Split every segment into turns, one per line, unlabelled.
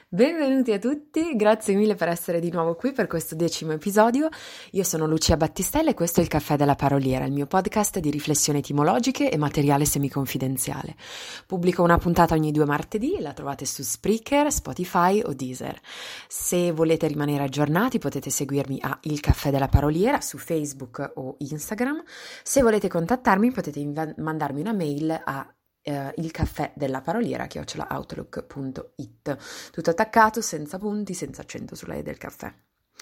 Benvenuti a tutti, grazie mille per essere di nuovo qui per questo 10° episodio. Io sono Lucia Battistella e questo è il Caffè della Paroliera, il mio podcast di riflessioni etimologiche e materiale semiconfidenziale. Pubblico una puntata ogni 2 martedì e la trovate su Spreaker, Spotify o Deezer. Se volete rimanere aggiornati potete seguirmi a Il Caffè della Paroliera su Facebook o Instagram. Se volete contattarmi potete mandarmi una mail a il caffè della paroliera @outlook.it, tutto attaccato, senza punti, senza accento sulla E del caffè.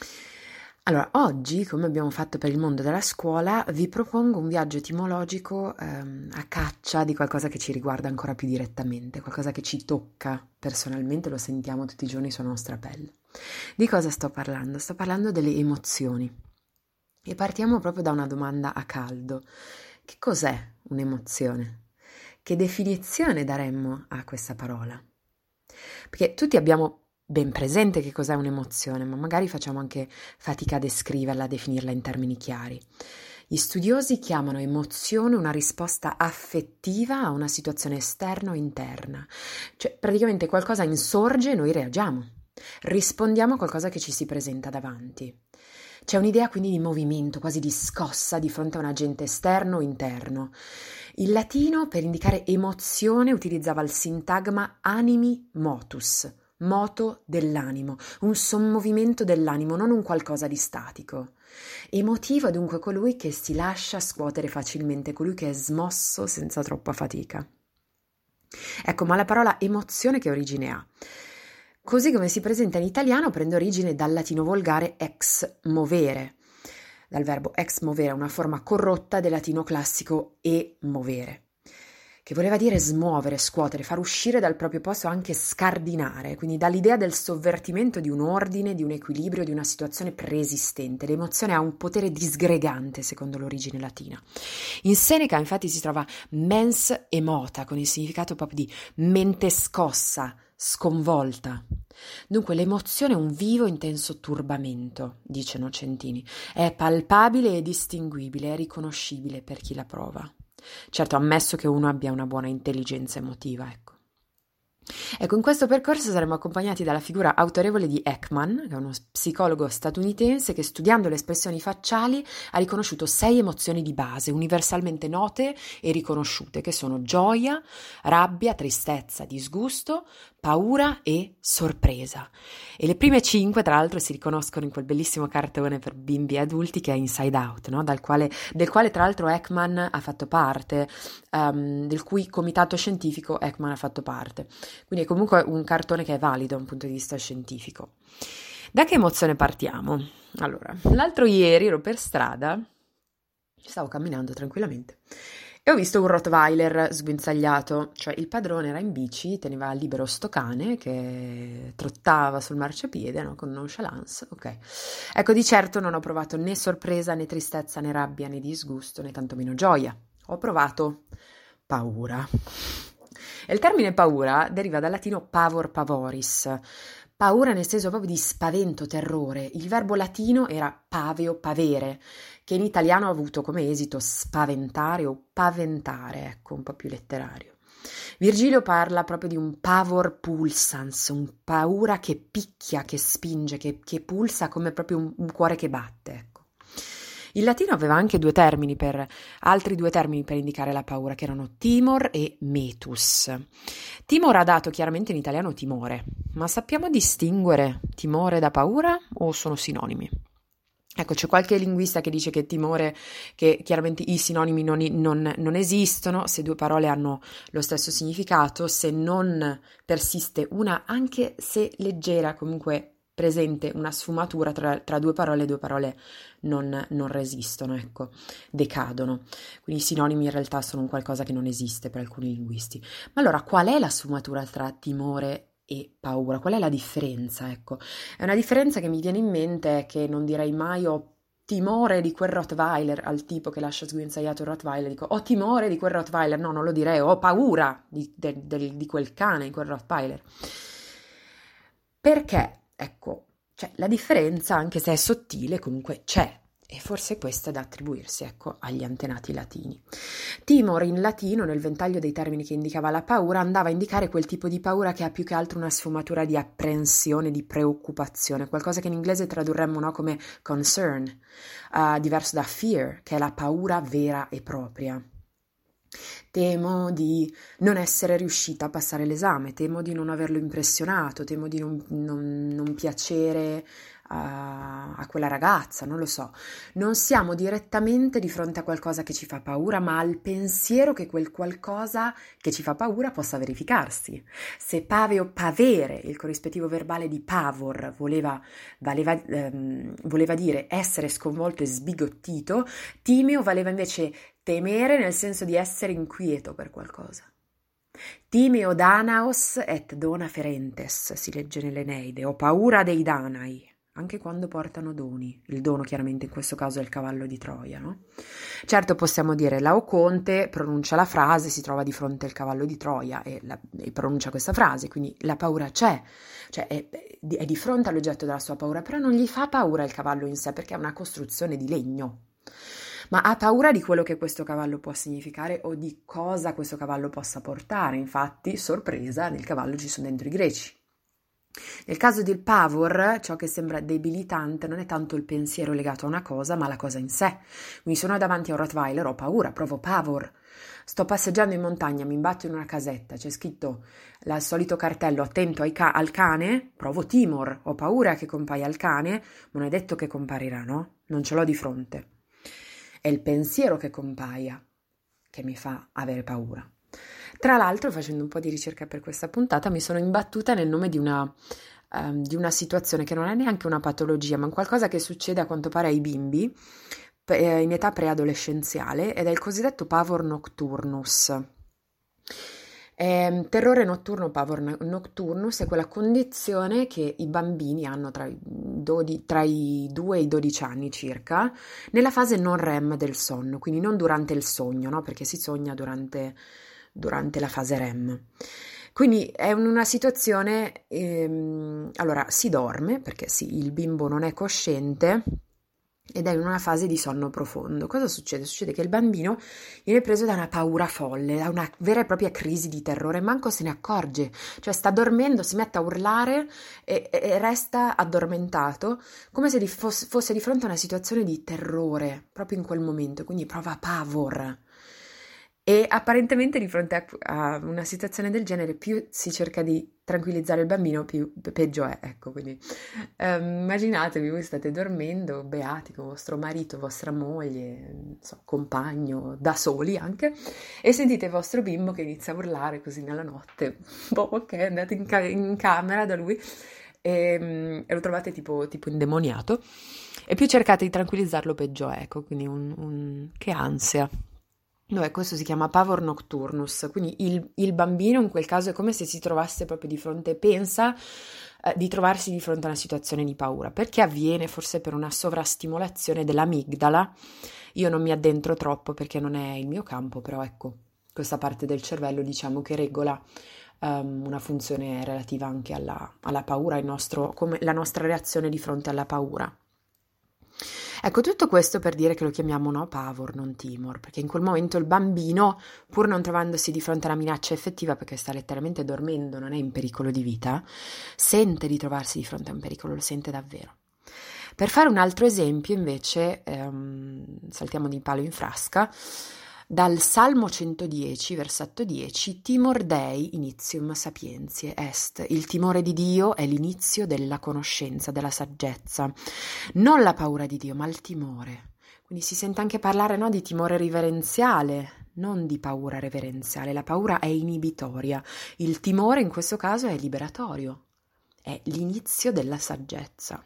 Allora, oggi, come abbiamo fatto per il mondo della scuola, vi propongo un viaggio etimologico a caccia di qualcosa che ci riguarda ancora più direttamente, qualcosa che ci tocca personalmente, lo sentiamo tutti i giorni sulla nostra pelle. Di cosa sto parlando? Sto parlando delle emozioni. E partiamo proprio da una domanda a caldo. Che cos'è un'emozione? Che definizione daremmo a questa parola? Perché tutti abbiamo ben presente che cos'è un'emozione, ma magari facciamo anche fatica a descriverla, a definirla in termini chiari. Gli studiosi chiamano emozione una risposta affettiva a una situazione esterna o interna. Cioè, praticamente qualcosa insorge e noi reagiamo. Rispondiamo a qualcosa che ci si presenta davanti. C'è un'idea quindi di movimento, quasi di scossa di fronte a un agente esterno o interno. Il latino per indicare emozione utilizzava il sintagma animi motus, moto dell'animo, un sommovimento dell'animo, non un qualcosa di statico. Emotivo è dunque colui che si lascia scuotere facilmente, colui che è smosso senza troppa fatica. Ecco, ma la parola emozione che origine ha? Così come si presenta in italiano prende origine dal latino volgare ex movere, dal verbo ex movere, una forma corrotta del latino classico e movere, che voleva dire smuovere, scuotere, far uscire dal proprio posto, anche scardinare, quindi dall'idea del sovvertimento di un ordine, di un equilibrio, di una situazione preesistente. L'emozione ha un potere disgregante, secondo l'origine latina. In Seneca, infatti, si trova mens emota, con il significato proprio di mente scossa, sconvolta. Dunque l'emozione è un vivo intenso turbamento, dice Nocentini, è palpabile e distinguibile, è riconoscibile per chi la prova. Certo, ammesso che uno abbia una buona intelligenza emotiva, ecco. Ecco, in questo percorso saremo accompagnati dalla figura autorevole di Ekman, che è uno psicologo statunitense che studiando le espressioni facciali ha riconosciuto 6 emozioni di base, universalmente note e riconosciute, che sono gioia, rabbia, tristezza, disgusto, paura e sorpresa. E le prime 5, tra l'altro, si riconoscono in quel bellissimo cartone per bimbi e adulti che è Inside Out, no? del quale tra l'altro Ekman ha fatto parte, del cui comitato scientifico Ekman ha fatto parte. Quindi è comunque un cartone che è valido da un punto di vista scientifico. Da che emozione partiamo? Allora, l'altro ieri ero per strada, stavo camminando tranquillamente e ho visto un Rottweiler sguinzagliato, cioè il padrone era in bici, teneva libero sto cane che trottava sul marciapiede, no? Con nonchalance, ok. Ecco, di certo non ho provato né sorpresa, né tristezza, né rabbia, né disgusto, né tantomeno gioia. Ho provato paura. E il termine paura deriva dal latino pavor pavoris, paura nel senso proprio di spavento, terrore. Il verbo latino era paveo, pavere, che in italiano ha avuto come esito spaventare o paventare, ecco, un po' più letterario. Virgilio parla proprio di un pavor pulsans, un paura che picchia, che spinge, che pulsa come proprio un cuore che batte, ecco. Il latino aveva anche altri due termini per indicare la paura, che erano timor e metus. Timor ha dato chiaramente in italiano timore, ma sappiamo distinguere timore da paura o sono sinonimi? Ecco, c'è qualche linguista che dice che timore, che chiaramente i sinonimi non esistono, se 2 parole hanno lo stesso significato, se non persiste una, anche se leggera, comunque presente una sfumatura tra 2 parole non resistono, ecco, decadono. Quindi i sinonimi in realtà sono un qualcosa che non esiste per alcuni linguisti. Ma allora qual è la sfumatura tra timore e paura? Qual è la differenza? Ecco, è una differenza che mi viene in mente, che non direi mai ho timore di quel Rottweiler, al tipo che lascia sguinzagliato il Rottweiler, dico ho timore di quel Rottweiler, no, non lo direi, ho paura di quel cane, di quel Rottweiler. Perché? Ecco, cioè, la differenza, anche se è sottile, comunque c'è. E forse questo è da attribuirsi, ecco, agli antenati latini. Timor in latino, nel ventaglio dei termini che indicava la paura, andava a indicare quel tipo di paura che ha più che altro una sfumatura di apprensione, di preoccupazione, qualcosa che in inglese tradurremmo, no, come concern, diverso da fear, che è la paura vera e propria. Temo di non essere riuscita a passare l'esame, temo di non averlo impressionato, temo di non piacere a quella ragazza, non lo so. Non siamo direttamente di fronte a qualcosa che ci fa paura, ma al pensiero che quel qualcosa che ci fa paura possa verificarsi. Se paveo, pavere, il corrispettivo verbale di pavor, voleva dire essere sconvolto e sbigottito, timeo valeva invece temere nel senso di essere inquieto per qualcosa. Timeo Danaos et dona ferentes, si legge nell'Eneide, ho paura dei Danai, anche quando portano doni. Il dono chiaramente in questo caso è il cavallo di Troia, no? Certo possiamo dire Laoconte pronuncia la frase, si trova di fronte al cavallo di Troia e pronuncia questa frase, quindi la paura c'è, cioè è di fronte all'oggetto della sua paura, però non gli fa paura il cavallo in sé perché è una costruzione di legno. Ma ha paura di quello che questo cavallo può significare o di cosa questo cavallo possa portare. Infatti, sorpresa, nel cavallo ci sono dentro i greci. Nel caso del pavor, ciò che sembra debilitante non è tanto il pensiero legato a una cosa, ma la cosa in sé. Quindi sono davanti a un Rottweiler, ho paura, provo pavor. Sto passeggiando in montagna, mi imbatto in una casetta, c'è scritto il solito cartello attento al cane, provo timor, ho paura che compaia il cane, ma non è detto che comparirà, no? Non ce l'ho di fronte. È il pensiero che compaia che mi fa avere paura. Tra l'altro, facendo un po' di ricerca per questa puntata, mi sono imbattuta nel nome di una situazione che non è neanche una patologia, ma qualcosa che succede a quanto pare ai bimbi in età preadolescenziale ed è il cosiddetto pavor nocturnus. Terrore notturno, pavor nocturnus è quella condizione che i bambini hanno tra i 2 e i 12 anni circa, nella fase non REM del sonno, quindi non durante il sogno, no? Perché si sogna durante la fase REM. Quindi è una situazione, allora si dorme, perché sì, il bimbo non è cosciente, ed è in una fase di sonno profondo. Cosa succede? Succede che il bambino viene preso da una paura folle, da una vera e propria crisi di terrore, manco se ne accorge, cioè sta dormendo, si mette a urlare e resta addormentato, come se fosse di fronte a una situazione di terrore, proprio in quel momento, quindi prova pavor. E apparentemente di fronte a una situazione del genere più si cerca di tranquillizzare il bambino, più peggio è, ecco, quindi immaginatevi, voi state dormendo, beati con vostro marito, vostra moglie, non so, compagno, da soli anche, e sentite il vostro bimbo che inizia a urlare così nella notte, boh, ok, andate in camera da lui e lo trovate tipo indemoniato, e più cercate di tranquillizzarlo peggio è, ecco, quindi che ansia. No, questo si chiama pavor nocturnus, quindi il bambino in quel caso è come se si trovasse proprio di fronte, pensa di trovarsi di fronte a una situazione di paura, perché avviene forse per una sovrastimolazione dell'amigdala. Io non mi addentro troppo perché non è il mio campo, però ecco, questa parte del cervello diciamo che regola una funzione relativa anche alla paura, come la nostra reazione di fronte alla paura. Ecco, tutto questo per dire che lo chiamiamo no pavor, non timor, perché in quel momento il bambino, pur non trovandosi di fronte a una minaccia effettiva, perché sta letteralmente dormendo, non è in pericolo di vita, sente di trovarsi di fronte a un pericolo, lo sente davvero. Per fare un altro esempio, invece, saltiamo di palo in frasca, dal Salmo 110, versetto 10, timor Dei initium sapientiae est. Il timore di Dio è l'inizio della conoscenza, della saggezza. Non la paura di Dio, ma il timore. Quindi si sente anche parlare, no, di timore riverenziale, non di paura reverenziale. La paura è inibitoria. Il timore in questo caso è liberatorio. È l'inizio della saggezza.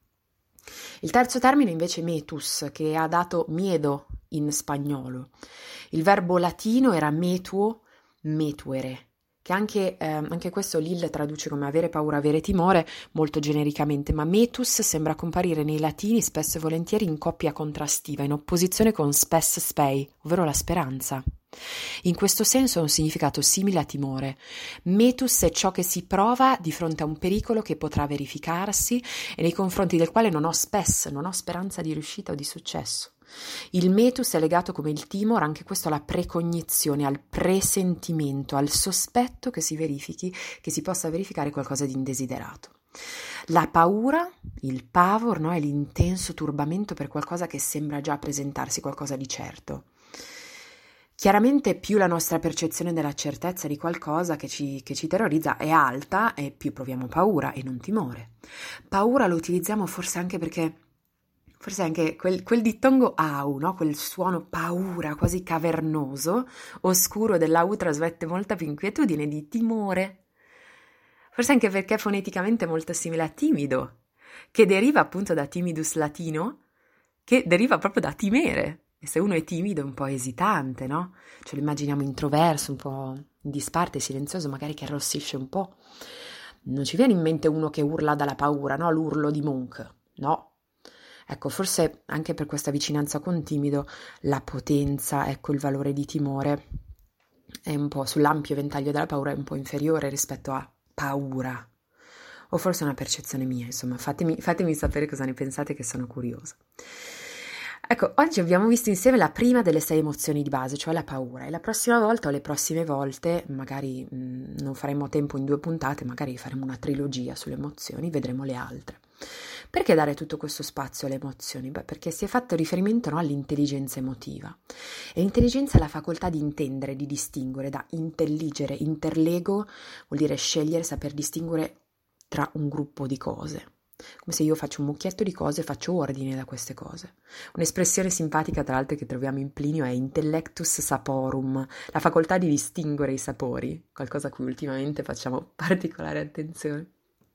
Il terzo termine invece metus, che ha dato miedo in spagnolo. Il verbo latino era metuo, metuere, che anche questo Lille traduce come avere paura, avere timore, molto genericamente, ma metus sembra comparire nei latini spesso e volentieri in coppia contrastiva, in opposizione con spes spei, ovvero la speranza. In questo senso ha un significato simile a timore. Metus è ciò che si prova di fronte a un pericolo che potrà verificarsi e nei confronti del quale non ho speranza di riuscita o di successo. Il metus è legato come il timor, anche questo, alla precognizione, al presentimento, al sospetto che si possa verificare qualcosa di indesiderato. La paura, il pavor, no? È l'intenso turbamento per qualcosa che sembra già presentarsi, qualcosa di certo. Chiaramente più la nostra percezione della certezza di qualcosa che ci terrorizza è alta e più proviamo paura e non timore. Paura lo utilizziamo forse anche quel dittongo au, no? Quel suono paura quasi cavernoso, oscuro della U trasmette molta più inquietudine di timore. Forse anche perché foneticamente è molto simile a timido, che deriva appunto da timidus latino, che deriva proprio da timere. E se uno è timido è un po' esitante, no? Ce lo immaginiamo introverso, un po' in disparte, silenzioso, magari che arrossisce un po'. Non ci viene in mente uno che urla dalla paura, no? L'urlo di Monk, no? Ecco, forse anche per questa vicinanza con timido, la potenza, ecco, il valore di timore è un po' sull'ampio ventaglio della paura, è un po' inferiore rispetto a paura. O forse è una percezione mia, insomma, fatemi sapere cosa ne pensate, che sono curiosa. Ecco, oggi abbiamo visto insieme la prima delle 6 emozioni di base, cioè la paura, e la prossima volta o le prossime volte, magari non faremo tempo in 2 puntate, magari faremo una trilogia sulle emozioni, vedremo le altre. Perché dare tutto questo spazio alle emozioni? Beh, perché si è fatto riferimento, no, all'intelligenza emotiva. E l'intelligenza è la facoltà di intendere, di distinguere, da intelligere. Interlego vuol dire scegliere, saper distinguere tra un gruppo di cose. Come se io faccio un mucchietto di cose e faccio ordine da queste cose. Un'espressione simpatica, tra l'altro, che troviamo in Plinio è intellectus saporum, la facoltà di distinguere i sapori, qualcosa a cui ultimamente facciamo particolare attenzione.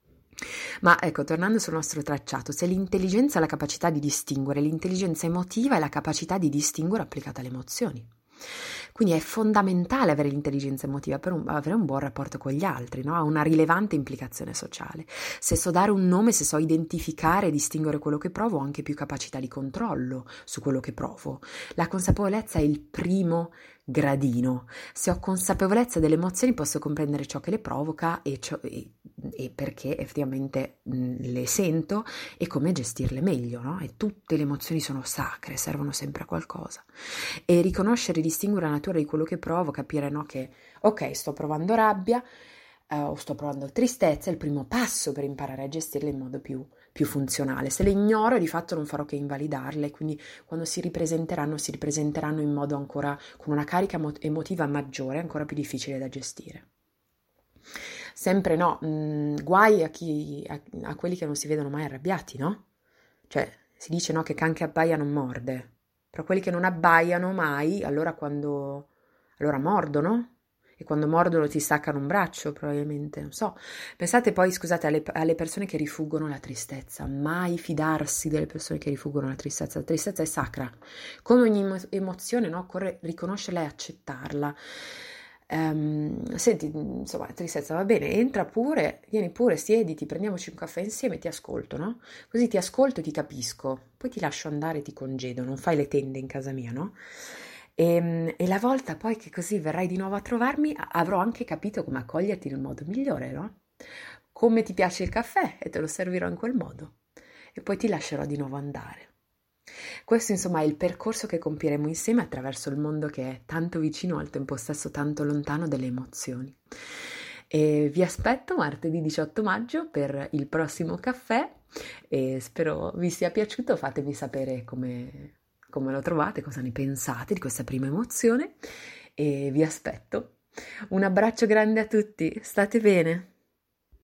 Ma ecco, tornando sul nostro tracciato, se l'intelligenza è la capacità di distinguere, l'intelligenza emotiva è la capacità di distinguere applicata alle emozioni. Quindi è fondamentale avere l'intelligenza emotiva per avere un buon rapporto con gli altri, no? Ha una rilevante implicazione sociale. Se so dare un nome, se so identificare e distinguere quello che provo, ho anche più capacità di controllo su quello che provo. La consapevolezza è il primo gradino. Se ho consapevolezza delle emozioni, posso comprendere ciò che le provoca e perché effettivamente le sento e come gestirle meglio, no? E tutte le emozioni sono sacre, servono sempre a qualcosa. E riconoscere e distinguere la natura di quello che provo, capire, no, che ok, sto provando rabbia o sto provando tristezza, è il primo passo per imparare a gestirle in modo più funzionale. Se le ignoro, di fatto non farò che invalidarle, quindi quando si ripresenteranno in modo ancora con una carica emotiva maggiore, ancora più difficile da gestire. Sempre no, guai a quelli che non si vedono mai arrabbiati, no? Cioè, si dice, no, che can che abbaia non morde, però quelli che non abbaiano mai, allora mordono, e quando mordono ti staccano un braccio, probabilmente, non so. Pensate poi, scusate, alle persone che rifuggono la tristezza, mai fidarsi delle persone che rifuggono la tristezza è sacra, come ogni emozione, no? Occorre riconoscerla e accettarla. Senti, insomma, tristezza, va bene, entra pure, vieni pure, siediti, prendiamoci un caffè insieme, ti ascolto, no? Così ti ascolto e ti capisco, poi ti lascio andare, ti congedo, non fai le tende in casa mia, no? E la volta poi che così verrai di nuovo a trovarmi, avrò anche capito come accoglierti nel modo migliore, no? Come ti piace il caffè e te lo servirò in quel modo. E poi ti lascerò di nuovo andare. Questo, insomma, è il percorso che compieremo insieme attraverso il mondo che è tanto vicino, al tempo stesso tanto lontano delle emozioni. E vi aspetto martedì 18 maggio per il prossimo caffè e spero vi sia piaciuto. Fatemi sapere come lo trovate, cosa ne pensate di questa prima emozione, e vi aspetto. Un abbraccio grande a tutti, state bene!